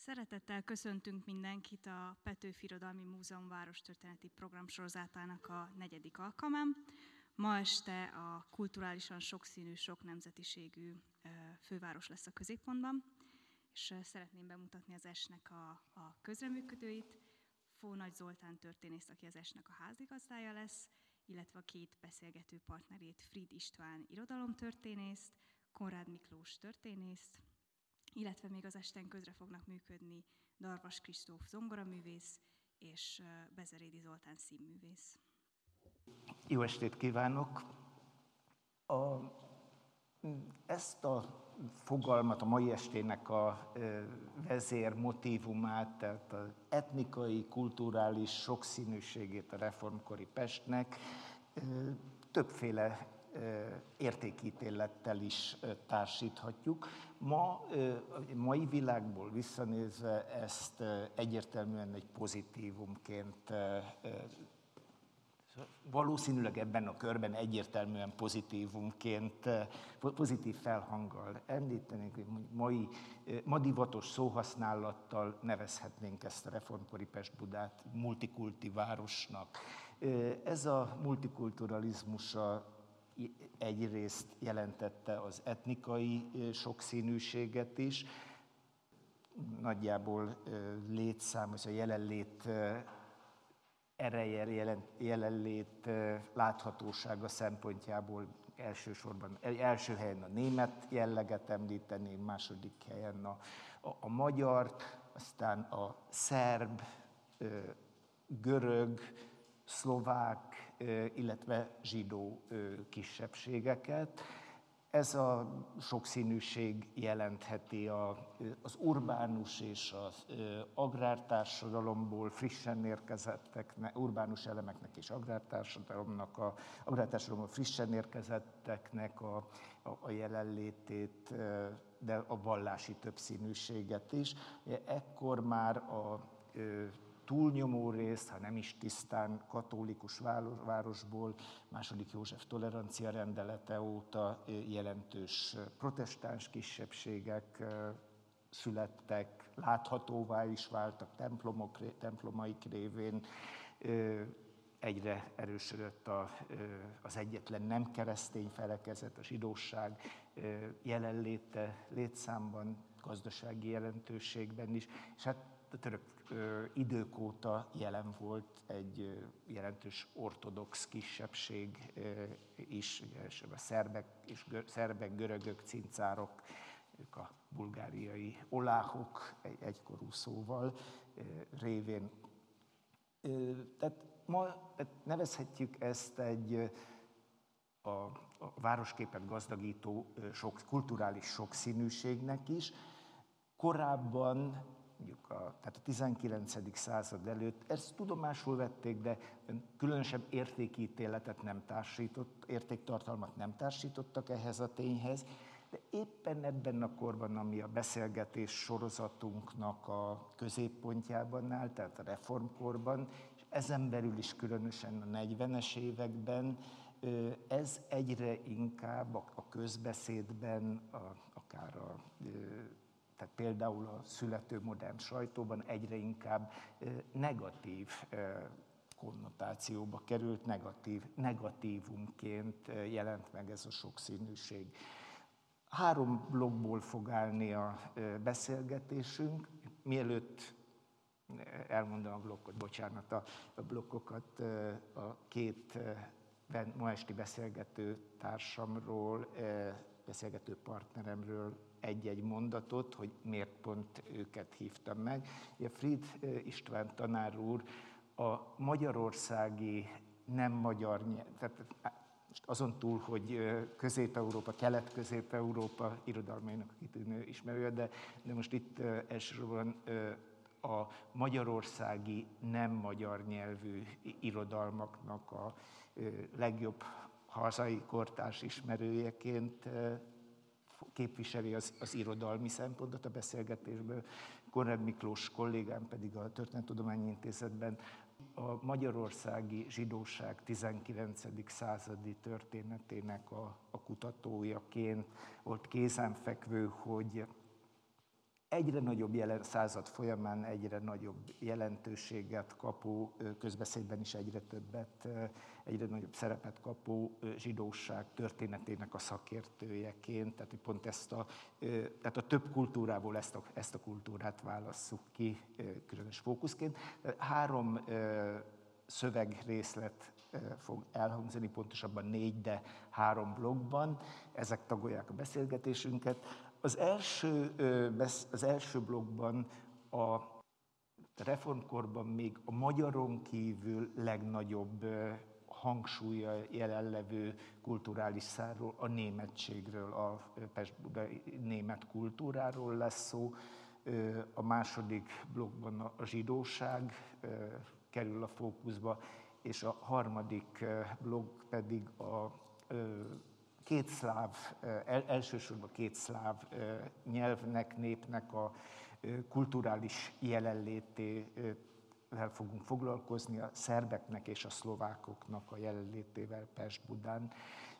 Szeretettel köszöntünk mindenkit a Petőfi Irodalmi Múzeum Várostörténeti Programsorozatának a 4. alkalmán. Ma este a kulturálisan sokszínű, sok nemzetiségű főváros lesz a középpontban, és szeretném bemutatni az estnek a közreműködőit. Fónagy Zoltán történész, aki az estnek a házigazdája lesz, illetve a két beszélgető partnerét, Fried István irodalomtörténészt, Konrád Miklós történészt, illetve még az esten közre fognak működni Darvas Kristóf zongoraművész és Bezerédi Zoltán színművész. Jó estét kívánok! Ezt a fogalmat, a mai estének a vezér motívumát, tehát az etnikai, kulturális sokszínűségét a reformkori Pestnek többféle értékítélettel is társíthatjuk. Ma, a mai világból visszanézve ezt egyértelműen egy pozitívumként, valószínűleg ebben a körben egyértelműen pozitívumként, pozitív felhanggal említenénk, hogy ma divatos szóhasználattal nevezhetnénk ezt a reformkori Pest-Budát multikulti városnak. Ez a multikulturalizmus egyrészt jelentette az etnikai sokszínűséget is, nagyjából létszám, az a jelenlét ereje, jelenlét láthatósága szempontjából elsősorban, első helyen a német jelleget említeném, második helyen a magyart, aztán a szerb, görög, szlovák, illetve zsidó kisebbségeket. Ez a sokszínűség jelentheti az urbánus és az agrártársadalomból frissen érkezetteknek, urbánus elemeknek és agrártársadalomból frissen érkezetteknek a jelenlétét, de a vallási többszínűséget is. Ekkor már a túlnyomó részt, ha nem is tisztán katolikus városból, II. József tolerancia rendelete óta jelentős protestáns kisebbségek születtek, láthatóvá is váltak templomaik révén, egyre erősödött az egyetlen nem keresztény felekezet, a zsidóság jelenléte létszámban, gazdasági jelentőségben is, és hát a török idők óta jelen volt egy jelentős ortodox kisebbség is, a szerbek, görögök, cincárok, ők a bulgáriai oláhok egykorú szóval révén. Tehát ma nevezhetjük ezt a városképet gazdagító kulturális sokszínűségnek is. Korábban, tehát a 19. század előtt ezt tudomásul vették, de különösebb értékítéletet nem értéktartalmat nem társítottak ehhez a tényhez, de éppen ebben a korban, ami a beszélgetés sorozatunknak a középpontjában áll, tehát a reformkorban, és ezen belül is különösen a 40-es években, ez egyre inkább a közbeszédben, tehát például a születő modern sajtóban egyre inkább negatív konnotációba került, negatívumként jelent meg ez a sokszínűség. 3 blokkból fog állni a beszélgetésünk. Mielőtt elmondanám a blokkokat a két ma esti beszélgető társamról, beszélgető partneremről egy-egy mondatot, hogy miért pont őket hívtam meg. Fried István tanár úr a magyarországi nem magyar nyelv, tehát azon túl, hogy Közép-Európa, Kelet-Közép-Európa irodalmainak kitűnő ismerője, de most itt elsősorban a magyarországi nem magyar nyelvű irodalmaknak a legjobb hazai kortárs ismerőjeként képviseli az irodalmi szempontot a beszélgetésből. Konrád Miklós kollégám pedig a Történettudományi Intézetben a magyarországi zsidóság 19. századi történetének a kutatójaként volt kézenfekvő, hogy egyre nagyobb század folyamán egyre nagyobb jelentőséget kapó, közbeszédben is egyre nagyobb szerepet kapó zsidóság történetének a szakértőjeként, tehát pont tehát a több kultúrából ezt a kultúrát válasszuk ki különös fókuszként. 3 szövegrészlet fog elhangzani, pontosabban 4, de 3 blokkban. Ezek tagolják a beszélgetésünket. Az első blokkban a reformkorban még a magyaron kívül legnagyobb hangsúlya jelenlevő kulturális szárról, a németségről, a pest-budai német kultúráról lesz szó. A második blokkban a zsidóság kerül a fókuszba, és a harmadik blokk pedig a elsősorban két szláv nyelvnek, népnek a kulturális jelenlétével fogunk foglalkozni, a szerbeknek és a szlovákoknak a jelenlétével Pest-Budán.